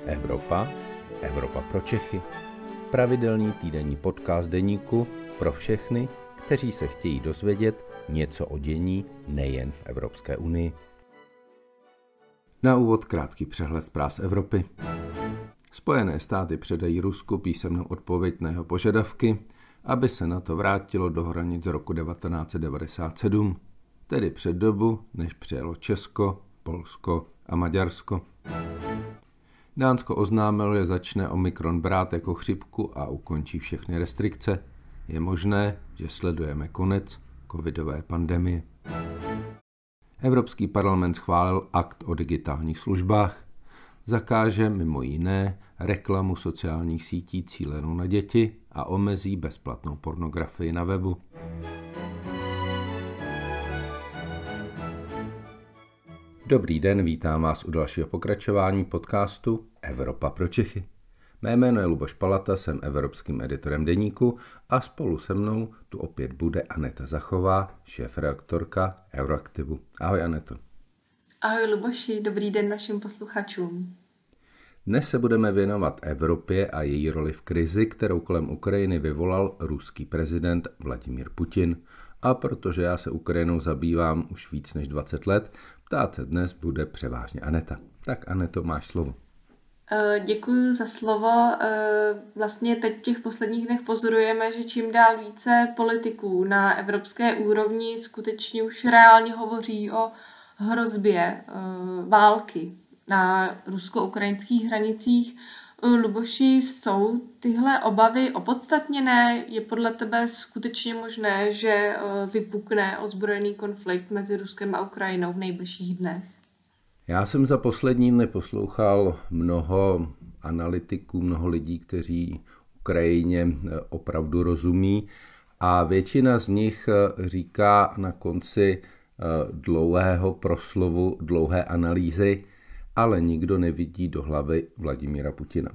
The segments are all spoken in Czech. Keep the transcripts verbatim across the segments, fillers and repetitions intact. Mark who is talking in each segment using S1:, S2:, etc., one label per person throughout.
S1: Evropa, Evropa pro Čechy. Pravidelný týdenní podcast deníku pro všechny, kteří se chtějí dozvědět něco o dění nejen v Evropské unii. Na úvod krátký přehled zpráv z Evropy. Spojené státy předají Rusku písemnou odpověď na jeho požadavky, aby se na to vrátilo do hranic roku devatenáct set devadesát sedm, tedy před dobu, než přijelo Česko, Polsko a Maďarsko. Dánsko oznámilo, že začne Omikron brát jako chřipku a ukončí všechny restrikce. Je možné, že sledujeme konec covidové pandemie. Evropský parlament schválil akt o digitálních službách. Zakáže mimo jiné reklamu sociálních sítí cílenou na děti a omezí bezplatnou pornografii na webu. Dobrý den, vítám vás u dalšího pokračování podcastu Evropa pro Čechy. Mé jméno je Luboš Palata, jsem evropským editorem deníku a spolu se mnou tu opět bude Aneta Zachová, šéfredaktorka Euroaktivu. Ahoj Aneto.
S2: Ahoj Luboši, dobrý den našim posluchačům.
S1: Dnes se budeme věnovat Evropě a její roli v krizi, kterou kolem Ukrajiny vyvolal ruský prezident Vladimír Putin. A protože já se Ukrajinou zabývám už víc než dvacet let, ptát se dnes bude převážně Aneta. Tak Aneto, máš slovo.
S2: Děkuji za slovo. Vlastně teď v těch posledních dnech pozorujeme, že čím dál více politiků na evropské úrovni skutečně už reálně hovoří o hrozbě války na rusko-ukrajinských hranicích. Luboši, jsou tyhle obavy opodstatněné? Je podle tebe skutečně možné, že vypukne ozbrojený konflikt mezi Ruskem a Ukrajinou v nejbližších dnech?
S1: Já jsem za poslední dny poslouchal mnoho analytiků, mnoho lidí, kteří Ukrajině opravdu rozumí a většina z nich říká na konci dlouhého proslovu, dlouhé analýzy, ale nikdo nevidí do hlavy Vladimíra Putina.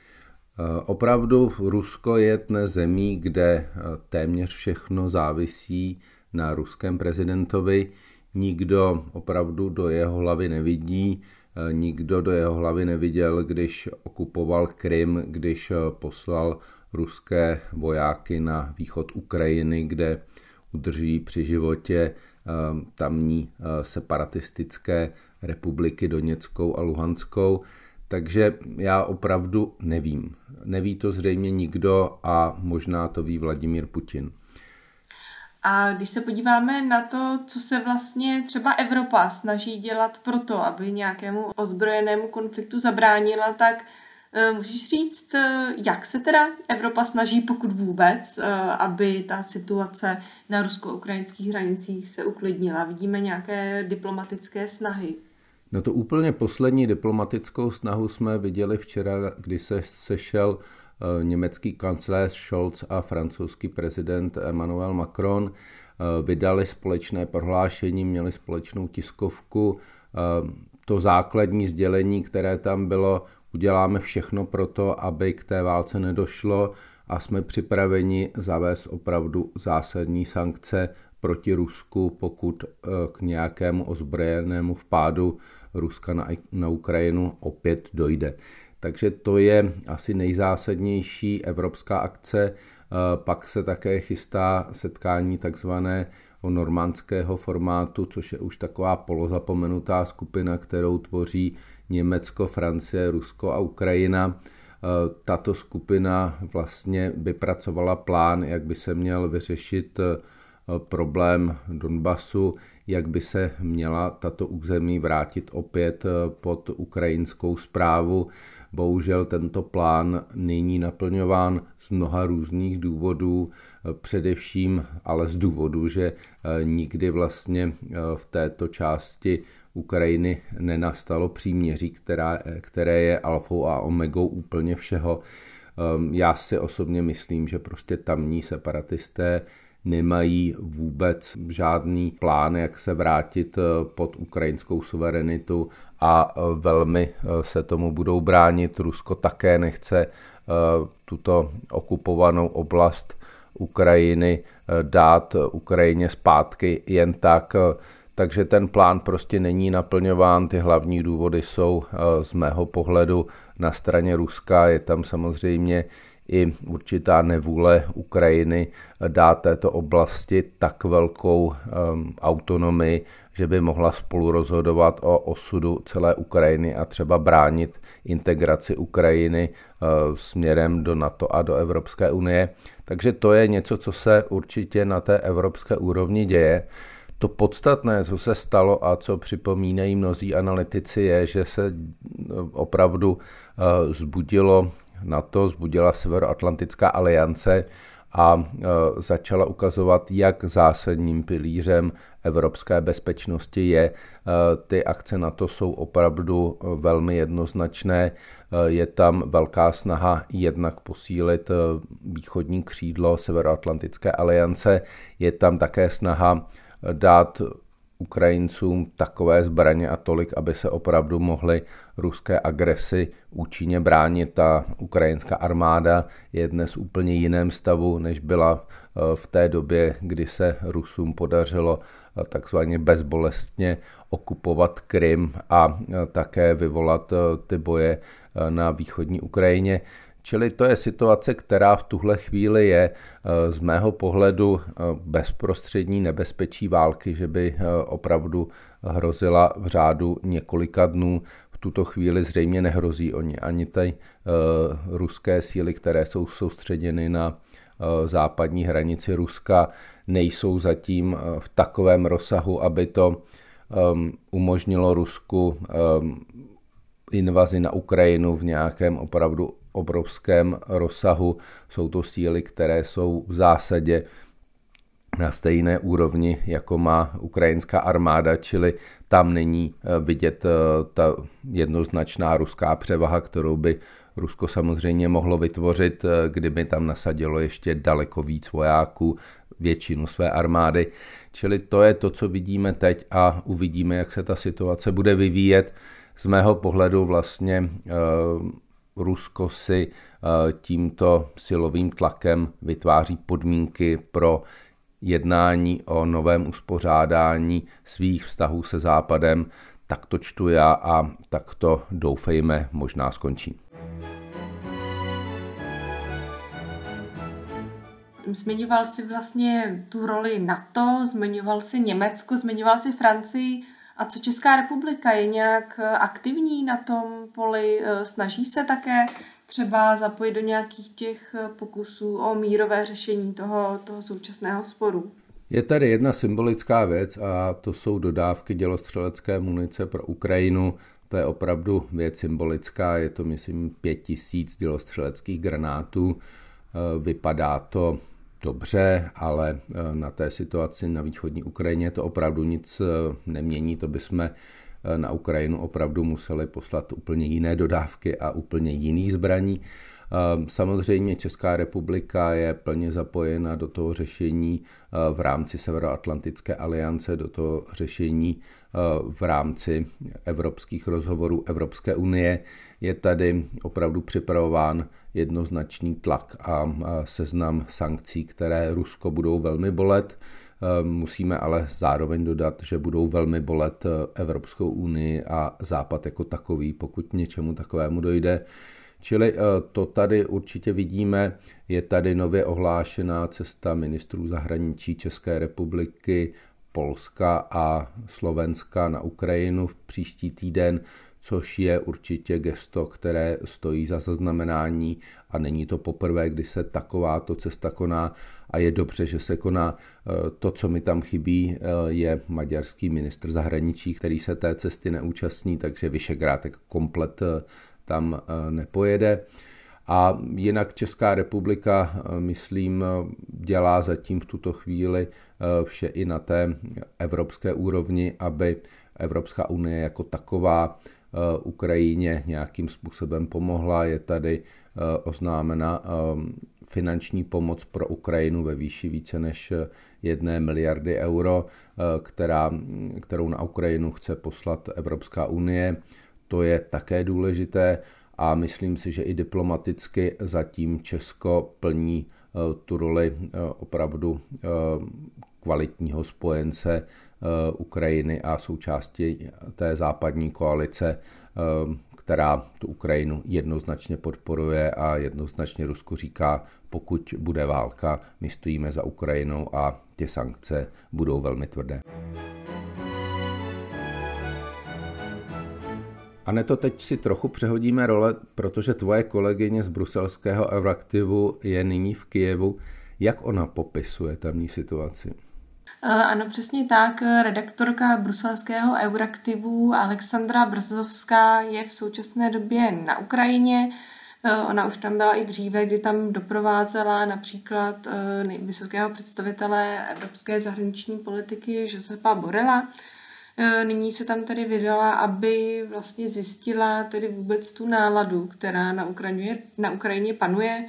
S1: Opravdu Rusko je dnes zemí, kde téměř všechno závisí na ruském prezidentovi. Nikdo opravdu do jeho hlavy nevidí, nikdo do jeho hlavy neviděl, když okupoval Krym, když poslal ruské vojáky na východ Ukrajiny, kde udržují při životě tamní separatistické republiky Doněckou a Luhanskou. Takže já opravdu nevím. Neví to zřejmě nikdo a možná to ví Vladimír Putin.
S2: A když se podíváme na to, co se vlastně třeba Evropa snaží dělat pro to, aby nějakému ozbrojenému konfliktu zabránila, tak můžeš říct, jak se teda Evropa snaží, pokud vůbec, aby ta situace na rusko-ukrajinských hranicích se uklidnila? Vidíme nějaké diplomatické snahy?
S1: No to úplně poslední diplomatickou snahu jsme viděli včera, kdy se sešel německý kancléř Scholz a francouzský prezident Emmanuel Macron. Vydali společné prohlášení, měli společnou tiskovku. To základní sdělení, které tam bylo, uděláme všechno pro to, aby k té válce nedošlo a jsme připraveni zavést opravdu zásadní sankce proti Rusku, pokud k nějakému ozbrojenému vpádu Ruska na, na Ukrajinu opět dojde. Takže to je asi nejzásadnější evropská akce. Pak se také chystá setkání takzvaného normandského formátu, což je už taková polozapomenutá skupina, kterou tvoří Německo, Francie, Rusko a Ukrajina. Tato skupina vlastně vypracovala plán, jak by se měl vyřešit problém Donbasu, jak by se měla tato území vrátit opět pod ukrajinskou správu. Bohužel tento plán není naplňován z mnoha různých důvodů, především ale z důvodu, že nikdy vlastně v této části Ukrajiny nenastalo příměří, která, které je alfou a omegou úplně všeho. Já si osobně myslím, že prostě tamní separatisté nemají vůbec žádný plán, jak se vrátit pod ukrajinskou suverenitu a velmi se tomu budou bránit. Rusko také nechce tuto okupovanou oblast Ukrajiny dát Ukrajině zpátky jen tak. takže ten plán prostě není naplňován. Ty hlavní důvody jsou z mého pohledu na straně Ruska. Je tam samozřejmě i určitá nevůle Ukrajiny dát této oblasti tak velkou um, autonomii, že by mohla spolu rozhodovat o osudu celé Ukrajiny a třeba bránit integraci Ukrajiny uh, směrem do NATO a do Evropské unie. Takže to je něco, co se určitě na té evropské úrovni děje. To podstatné, co se stalo a co připomínají mnozí analytici, je, že se opravdu uh, zbudilo NATO, zbudila Severoatlantická aliance a e, začala ukazovat, jak zásadním pilířem evropské bezpečnosti je. E, ty akce NATO jsou opravdu velmi jednoznačné. E, je tam velká snaha jednak posílit e, východní křídlo Severoatlantické aliance. Je tam také snaha dát Ukrajincům takové zbraně a tolik, aby se opravdu mohli ruské agresi účinně bránit. Ta ukrajinská armáda je dnes úplně jiném stavu, než byla v té době, kdy se Rusům podařilo takzvaně bezbolestně okupovat Krym a také vyvolat ty boje na východní Ukrajině. Čili to je situace, která v tuhle chvíli je z mého pohledu bezprostřední nebezpečí války, že by opravdu hrozila v řádu několika dnů. V tuto chvíli zřejmě nehrozí oni ani ty ruské síly, které jsou soustředěny na západní hranici Ruska, nejsou zatím v takovém rozsahu, aby to umožnilo Rusku invazi na Ukrajinu v nějakém opravdu obrovském rozsahu. Jsou to síly, které jsou v zásadě na stejné úrovni, jako má ukrajinská armáda, čili tam není vidět ta jednoznačná ruská převaha, kterou by Rusko samozřejmě mohlo vytvořit, kdyby tam nasadilo ještě daleko víc vojáků, většinu své armády. Čili to je to, co vidíme teď a uvidíme, jak se ta situace bude vyvíjet. Z mého pohledu vlastně Rusko si tímto silovým tlakem vytváří podmínky pro jednání o novém uspořádání svých vztahů se Západem. Tak to čtu já a tak to doufejme možná skončí.
S2: Zmiňoval jsi vlastně tu roli NATO, zmiňoval jsi Německo, zmiňoval jsi Francii. A co Česká republika, je nějak aktivní na tom poli? Snaží se také třeba zapojit do nějakých těch pokusů o mírové řešení toho, toho současného sporu?
S1: Je tady jedna symbolická věc a to jsou dodávky dělostřelecké munice pro Ukrajinu. To je opravdu věc symbolická, je to myslím pět tisíc dělostřeleckých granátů. Vypadá to dobře, ale na té situaci na východní Ukrajině to opravdu nic nemění, to bychom na Ukrajinu opravdu museli poslat úplně jiné dodávky a úplně jiných zbraní. Samozřejmě Česká republika je plně zapojena do toho řešení v rámci Severoatlantické aliance, do toho řešení v rámci evropských rozhovorů Evropské unie. Je tady opravdu připravován jednoznačný tlak a seznam sankcí, které Rusko budou velmi bolet. Musíme ale zároveň dodat, že budou velmi bolet Evropskou unii a Západ jako takový, pokud něčemu takovému dojde. Čili to tady určitě vidíme, je tady nově ohlášená cesta ministrů zahraničí České republiky, Polska a Slovenska na Ukrajinu v příští týden, což je určitě gesto, které stojí za zaznamenání a není to poprvé, kdy se takováto cesta koná a je dobře, že se koná. To, co mi tam chybí, je maďarský ministr zahraničí, který se té cesty neúčastní, takže Visegrád komplet tam nepojede. A jinak Česká republika, myslím, dělá zatím v tuto chvíli vše i na té evropské úrovni, aby Evropská unie jako taková Ukrajině nějakým způsobem pomohla. Je tady oznámena finanční pomoc pro Ukrajinu ve výši více než jedné miliardy euro, která, kterou na Ukrajinu chce poslat Evropská unie. To je také důležité a myslím si, že i diplomaticky zatím Česko plní tu roli opravdu kvalitního spojence Ukrajiny a součástí té západní koalice, která tu Ukrajinu jednoznačně podporuje a jednoznačně Rusku říká, pokud bude válka, my stojíme za Ukrajinou a ty sankce budou velmi tvrdé. Aneto, teď si trochu přehodíme role, protože tvoje kolegyně z bruselského Euraktivu je nyní v Kyjevu. Jak ona popisuje tamní situaci?
S2: Ano, přesně tak. Redaktorka bruselského Euraktivu Alexandra Brzozovská je v současné době na Ukrajině. Ona už tam byla i dříve, kdy tam doprovázela například vysokého představitele evropské zahraniční politiky Josepa Borrella. Nyní se tam tedy vydala, aby vlastně zjistila tedy vůbec tu náladu, která na Ukrajině, na Ukrajině panuje,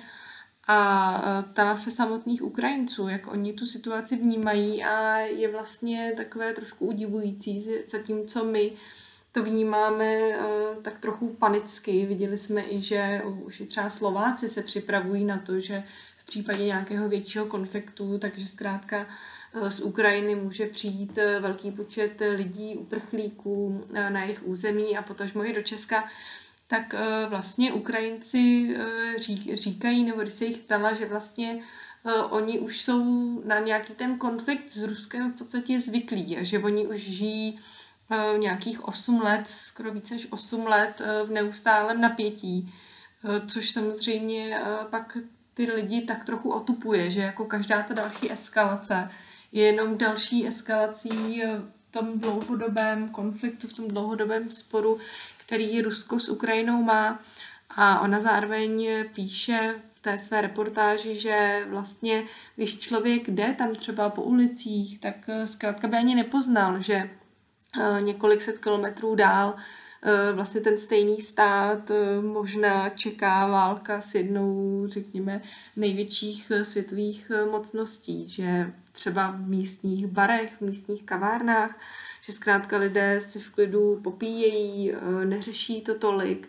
S2: a ptala se samotných Ukrajinců, jak oni tu situaci vnímají, a je vlastně takové trošku udivující, zatímco my to vnímáme tak trochu panicky. Viděli jsme i, že už i třeba Slováci se připravují na to, že v případě nějakého většího konfliktu, takže zkrátka z Ukrajiny může přijít velký počet lidí, uprchlíků na jejich území a potažmo i do Česka, tak vlastně Ukrajinci říkají, nebo když se jich ptala, že vlastně oni už jsou na nějaký ten konflikt s Ruskem v podstatě zvyklí a že oni už žijí nějakých osm let, skoro více než osm let v neustálém napětí, což samozřejmě pak ty lidi tak trochu otupuje, že jako každá ta další eskalace je jenom další eskalací v tom dlouhodobém konfliktu, v tom dlouhodobém sporu, který Rusko s Ukrajinou má. A ona zároveň píše v té své reportáži, že vlastně, když člověk jde tam třeba po ulicích, tak zkrátka by ani nepoznal, že několik set kilometrů dál vlastně ten stejný stát možná čeká válka s jednou, řekněme, největších světových mocností, že třeba v místních barech, v místních kavárnách, že zkrátka lidé si v klidu popíjejí, neřeší to tolik,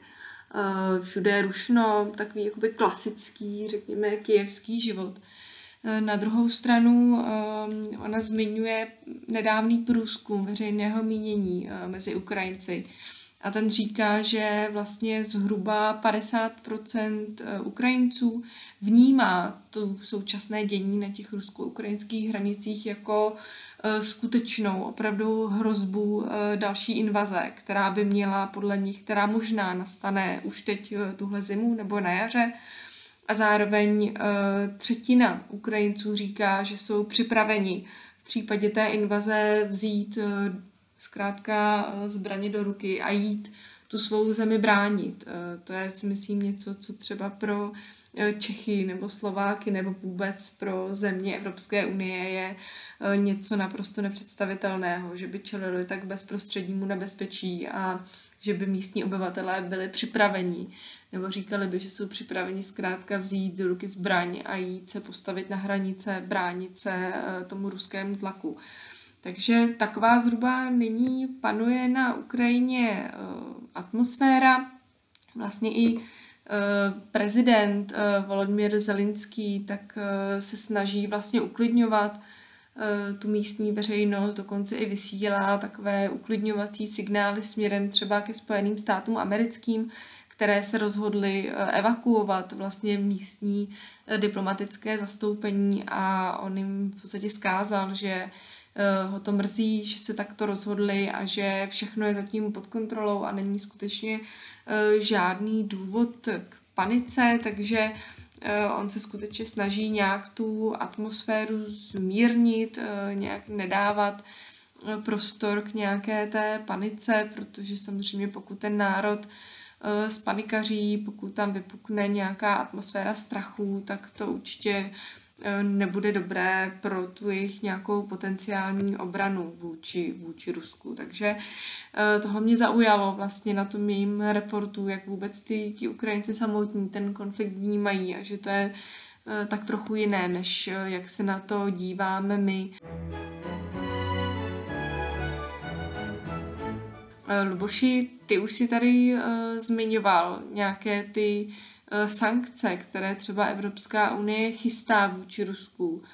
S2: všude je rušno, takový jakoby klasický, řekněme, kyjevský život. Na druhou stranu ona zmiňuje nedávný průzkum veřejného mínění mezi Ukrajinci. A ten říká, že vlastně zhruba padesát procent Ukrajinců vnímá to současné dění na těch rusko-ukrajinských hranicích jako skutečnou, opravdu hrozbu další invaze, která by měla podle nich, která možná nastane už teď tuhle zimu nebo na jaře. A zároveň třetina Ukrajinců říká, že jsou připraveni v případě té invaze vzít zkrátka zbraně do ruky a jít tu svou zemi bránit. To je, si myslím, něco, co třeba pro Čechy nebo Slováky nebo vůbec pro země Evropské unie je něco naprosto nepředstavitelného, že by čelili tak bezprostřednímu nebezpečí a že by místní obyvatelé byli připraveni, nebo říkali by, že jsou připraveni zkrátka vzít do ruky zbraň a jít se postavit na hranice, bránit se tomu ruskému tlaku. Takže taková zhruba nyní panuje na Ukrajině atmosféra. Vlastně i prezident Volodymyr Zelenský tak se snaží vlastně uklidňovat tu místní veřejnost, dokonce i vysílá takové uklidňovací signály směrem třeba ke Spojeným státům americkým, které se rozhodly evakuovat vlastně místní diplomatické zastoupení, a on jim v podstatě vzkázal, že ho to mrzí, že se takto rozhodli a že všechno je zatím pod kontrolou a není skutečně žádný důvod k panice, takže on se skutečně snaží nějak tu atmosféru zmírnit, nějak nedávat prostor k nějaké té panice, protože samozřejmě pokud ten národ spanikaří, pokud tam vypukne nějaká atmosféra strachu, tak to určitě nebude dobré pro tu jejich nějakou potenciální obranu vůči, vůči Rusku. Takže tohle mě zaujalo vlastně na tom jejím reportu, jak vůbec ty, ti Ukrajinci samotní ten konflikt vnímají a že to je tak trochu jiné, než jak se na to díváme my. Luboši, ty už si tady uh, zmiňoval nějaké ty uh, sankce, které třeba Evropská unie chystá vůči Rusku.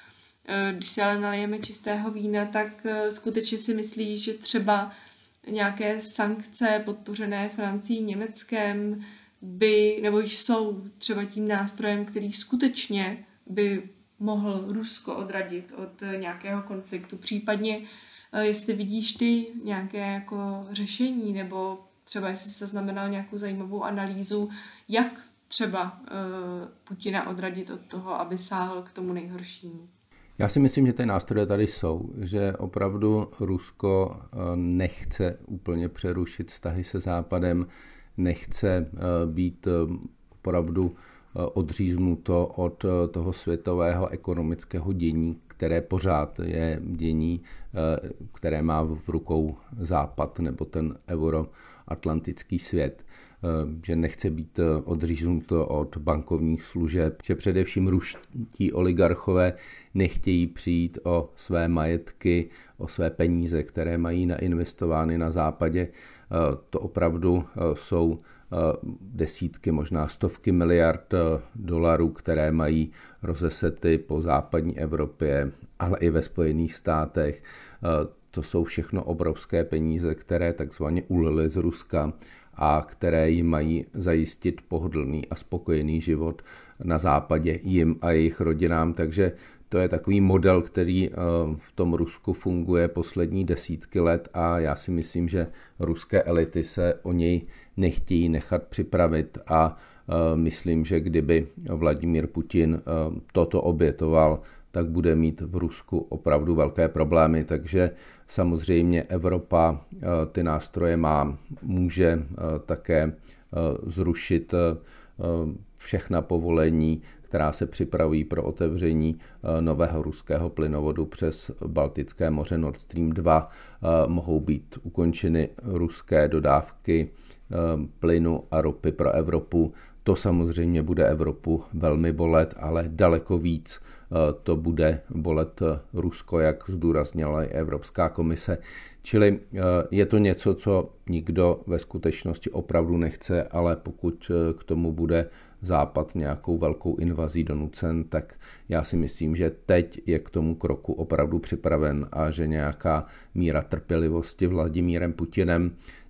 S2: Když si ale nalijeme čistého vína, tak skutečně si myslí, že třeba nějaké sankce podpořené Francií, Německem by, nebo jsou třeba tím nástrojem, který skutečně by mohl Rusko odradit od nějakého konfliktu. Případně, jestli vidíš ty nějaké jako řešení, nebo třeba jestli jsi zaznamenal nějakou zajímavou analýzu, jak třeba Putina odradit od toho, aby sáhl k tomu nejhoršímu.
S1: Já si myslím, že ty nástroje tady jsou, že opravdu Rusko nechce úplně přerušit vztahy se Západem, nechce být opravdu odříznuto od toho světového ekonomického dění, které pořád je dění, které má v rukou Západ nebo ten euroatlantický svět, že nechce být odříznuto od bankovních služeb, že především ruští oligarchové nechtějí přijít o své majetky, o své peníze, které mají nainvestovány na Západě. To opravdu jsou desítky, možná stovky miliard dolarů, které mají rozesety po západní Evropě, ale i ve Spojených státech. To jsou všechno obrovské peníze, které takzvaně ulily z Ruska a které jim mají zajistit pohodlný a spokojený život na západě jim a jejich rodinám. Takže to je takový model, který v tom Rusku funguje poslední desítky let a já si myslím, že ruské elity se o něj nechtějí nechat připravit a myslím, že kdyby Vladimír Putin toto obětoval, tak bude mít v Rusku opravdu velké problémy, takže samozřejmě Evropa ty nástroje má, může také zrušit všechna povolení, která se připravují pro otevření nového ruského plynovodu přes Baltické moře Nord Stream dva. Mohou být ukončeny ruské dodávky plynu a ropy pro Evropu. To samozřejmě bude Evropu velmi bolet, ale daleko víc to bude bolet Rusko, jak zdůraznila i Evropská komise. Čili je to něco, co nikdo ve skutečnosti opravdu nechce, ale pokud k tomu bude Západ nějakou velkou invazí donucen, tak já si myslím, že teď je k tomu kroku opravdu připraven a že nějaká míra trpělivosti Vladimírem Putinem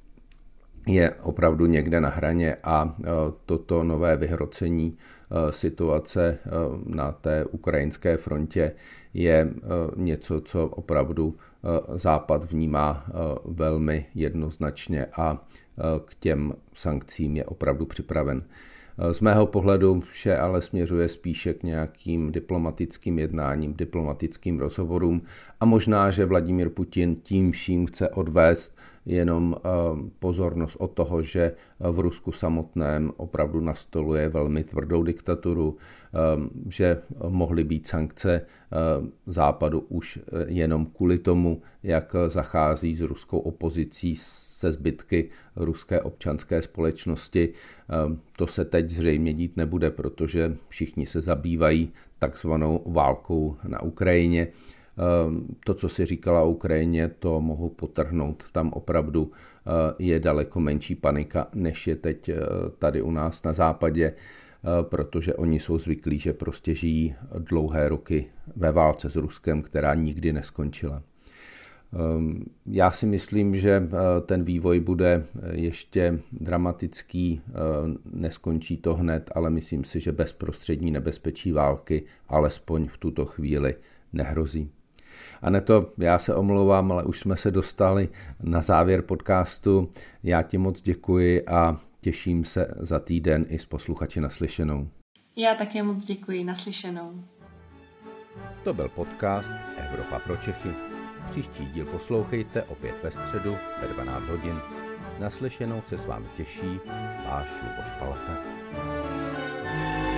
S1: je opravdu někde na hraně a toto nové vyhrocení situace na té ukrajinské frontě je něco, co opravdu Západ vnímá velmi jednoznačně a k těm sankcím je opravdu připraven. Z mého pohledu vše ale směřuje spíše k nějakým diplomatickým jednáním, diplomatickým rozhovorům a možná, že Vladimír Putin tím vším chce odvést jenom pozornost od toho, že v Rusku samotném opravdu nastoluje velmi tvrdou diktaturu, že mohly být sankce Západu už jenom kvůli tomu, jak zachází s ruskou opozicí, se zbytky ruské občanské společnosti. To se teď zřejmě dít nebude, protože všichni se zabývají takzvanou válkou na Ukrajině. To, co si říkala o Ukrajině, to mohu podtrhnout. Tam opravdu je daleko menší panika, než je teď tady u nás na západě, protože oni jsou zvyklí, že prostě žijí dlouhé roky ve válce s Ruskem, která nikdy neskončila. Já si myslím, že ten vývoj bude ještě dramatický, neskončí to hned, ale myslím si, že bezprostřední nebezpečí války alespoň v tuto chvíli nehrozí. Aneto, já se omlouvám, ale už jsme se dostali na závěr podcastu. Já ti moc děkuji a těším se za týden i s posluchači naslyšenou.
S2: Já také moc děkuji, naslyšenou.
S1: To byl podcast Evropa pro Čechy. Příští díl poslouchejte opět ve středu ve dvanáct hodin. Naslyšenou se s vámi těší váš Luboš Palata.